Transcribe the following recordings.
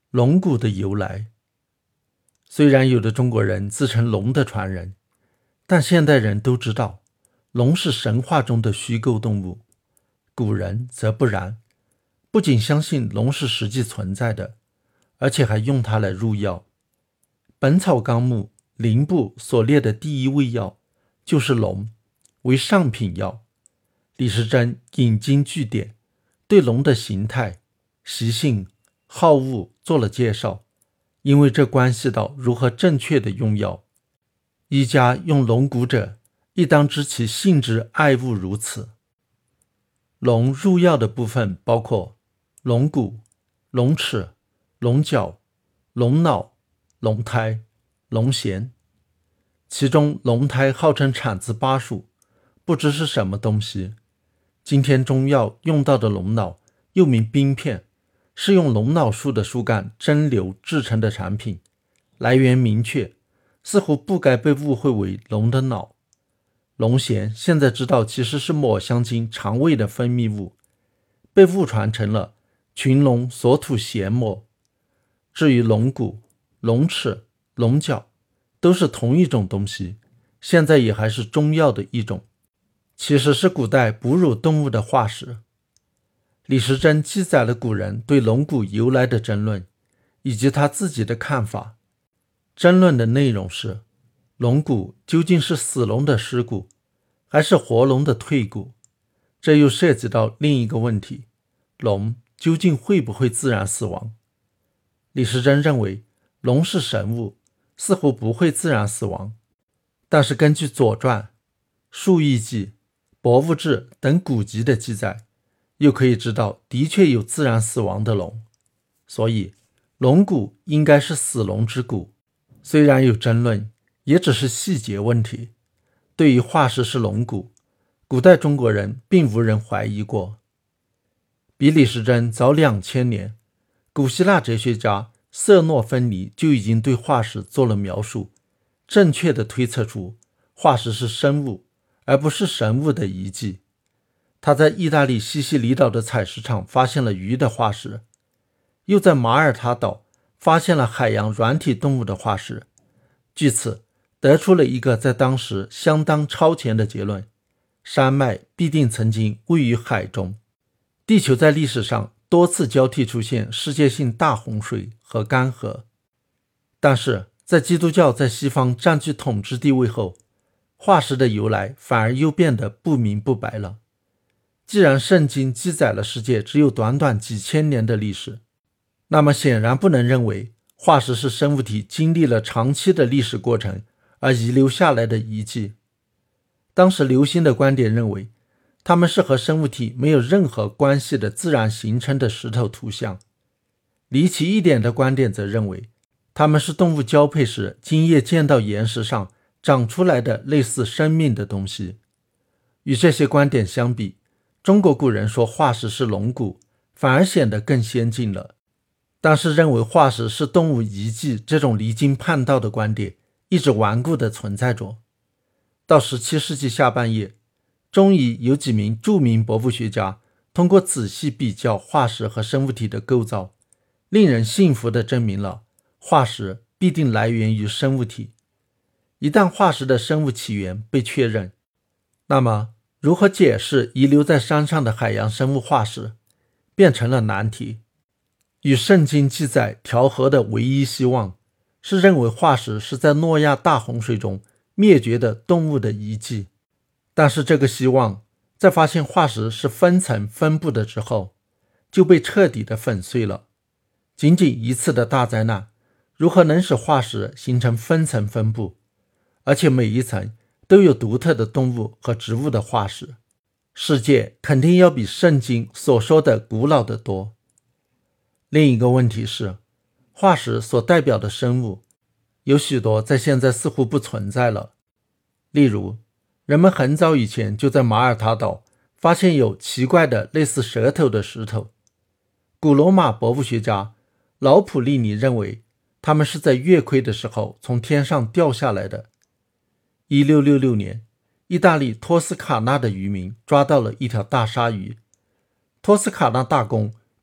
龙骨的由来。虽然有的中国人自称龙的传人，但现代人都知道，龙是神话中的虚构动物，古人则不然，不仅相信龙是实际存在的，而且还用它来入药。本草纲目灵部所列的第一味药就是龙，为上品药。李时珍引经据典，对龙的形态、习性、好恶做了介绍，因为这关系到如何正确的用药。医家用龙骨者，亦当知其性之爱恶如此。龙入药的部分包括龙骨、龙齿、龙角、龙脑、龙胎、龙涎。其中龙胎号称产自巴蜀，不知是什么东西。今天中药用到的龙脑又名冰片，是用龙脑树的树干蒸馏制成的产品，来源明确，似乎不该被误会为龙的脑。龙涎现在知道其实是抹香鲸肠胃的分泌物，被误传成了群龙所吐涎沫。至于龙骨、龙齿、龙角都是同一种东西，现在也还是中药的一种，其实是古代哺乳动物的化石。李时珍记载了古人对龙骨由来的争论，以及他自己的看法。争论的内容是，龙骨究竟是死龙的尸骨，还是活龙的退骨？这又涉及到另一个问题，龙究竟会不会自然死亡？李时珍认为，龙是神物，似乎不会自然死亡。但是根据《左传》、《述异记》、《博物志》等古籍的记载，又可以知道的确有自然死亡的龙，所以龙骨应该是死龙之骨。虽然有争论，也只是细节问题。对于化石是龙骨，古代中国人并无人怀疑过。比李时珍早2000年，古希腊哲学家色诺芬尼就已经对化石做了描述，正确地推测出化石是生物，而不是神物的遗迹。他在意大利西西里岛的采石场发现了鱼的化石，又在马耳他岛发现了海洋软体动物的化石。据此得出了一个在当时相当超前的结论：山脉必定曾经位于海中。地球在历史上多次交替出现世界性大洪水和干涸，但是在基督教在西方占据统治地位后，化石的由来反而又变得不明不白了。既然圣经记载了世界只有短短几千年的历史，那么显然不能认为化石是生物体经历了长期的历史过程而遗留下来的遗迹。当时流行的观点认为，它们是和生物体没有任何关系的自然形成的石头图像。离奇一点的观点则认为，它们是动物交配时精液溅到岩石上长出来的类似生命的东西。与这些观点相比，中国古人说化石是龙骨，反而显得更先进了。但是认为化石是动物遗迹这种离经叛道的观点一直顽固地存在着。到17世纪下半叶，终于有几名著名博物学家通过仔细比较化石和生物体的构造，令人信服地证明了化石必定来源于生物体。一旦化石的生物起源被确认，那么如何解释遗留在山上的海洋生物化石，变成了难题。与圣经记载调和的唯一希望，是认为化石是在诺亚大洪水中灭绝的动物的遗迹。但是这个希望，在发现化石是分层分布的之后，就被彻底的粉碎了。仅仅一次的大灾难，如何能使化石形成分层分布，而且每一层都有独特的动物和植物的化石？世界肯定要比圣经所说的古老得多。另一个问题是，化石所代表的生物，有许多在现在似乎不存在了。例如，人们很早以前就在马耳他岛发现有奇怪的类似舌头的石头。古罗马博物学家老普利尼认为，它们是在月亏的时候从天上掉下来的。1666年，意大利托斯卡纳的渔民抓到了一条大鲨鱼。托斯卡纳大公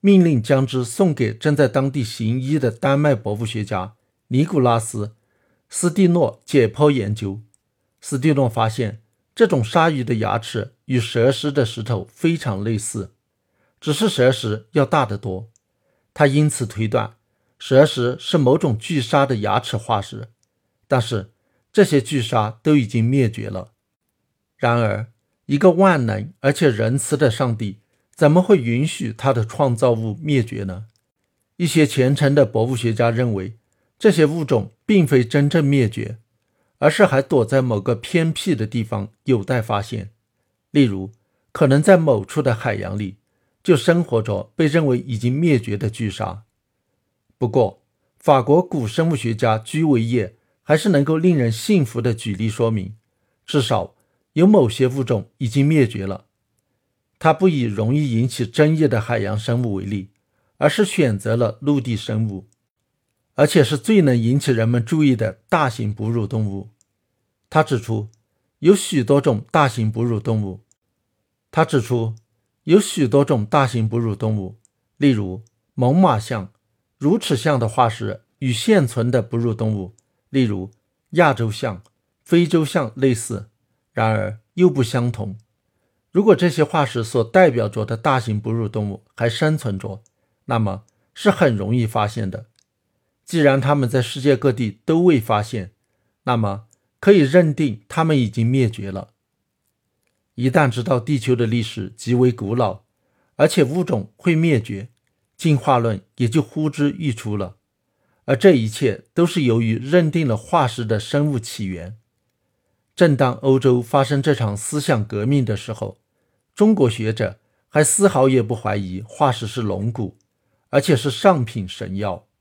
命令将之送给正在当地行医的丹麦博物学家尼古拉斯·斯蒂诺解剖研究。斯蒂诺发现，这种鲨鱼的牙齿与蛇食的石头非常类似，只是蛇食要大得多。他因此推断，蛇食是某种巨鲨的牙齿化石，但是这些巨鲨都已经灭绝了。然而，一个万能而且仁慈的上帝怎么会允许他的创造物灭绝呢？一些虔诚的博物学家认为，这些物种并非真正灭绝，而是还躲在某个偏僻的地方有待发现。例如，可能在某处的海洋里就生活着被认为已经灭绝的巨鲨。不过，法国古生物学家居维叶还是能够令人信服的举例说明，至少有某些物种已经灭绝了。他不以容易引起争议的海洋生物为例，而是选择了陆地生物，而且是最能引起人们注意的大型哺乳动物。他指出，有许多种大型哺乳动物，例如猛犸象、乳齿象的化石与现存的哺乳动物，例如亚洲象、非洲象类似，然而又不相同。如果这些化石所代表着的大型哺乳动物还生存着，那么是很容易发现的。既然它们在世界各地都未发现，那么可以认定它们已经灭绝了。一旦知道地球的历史极为古老，而且物种会灭绝，进化论也就呼之欲出了。而这一切都是由于认定了化石的生物起源。正当欧洲发生这场思想革命的时候，中国学者还丝毫也不怀疑化石是龙骨，而且是上品神药。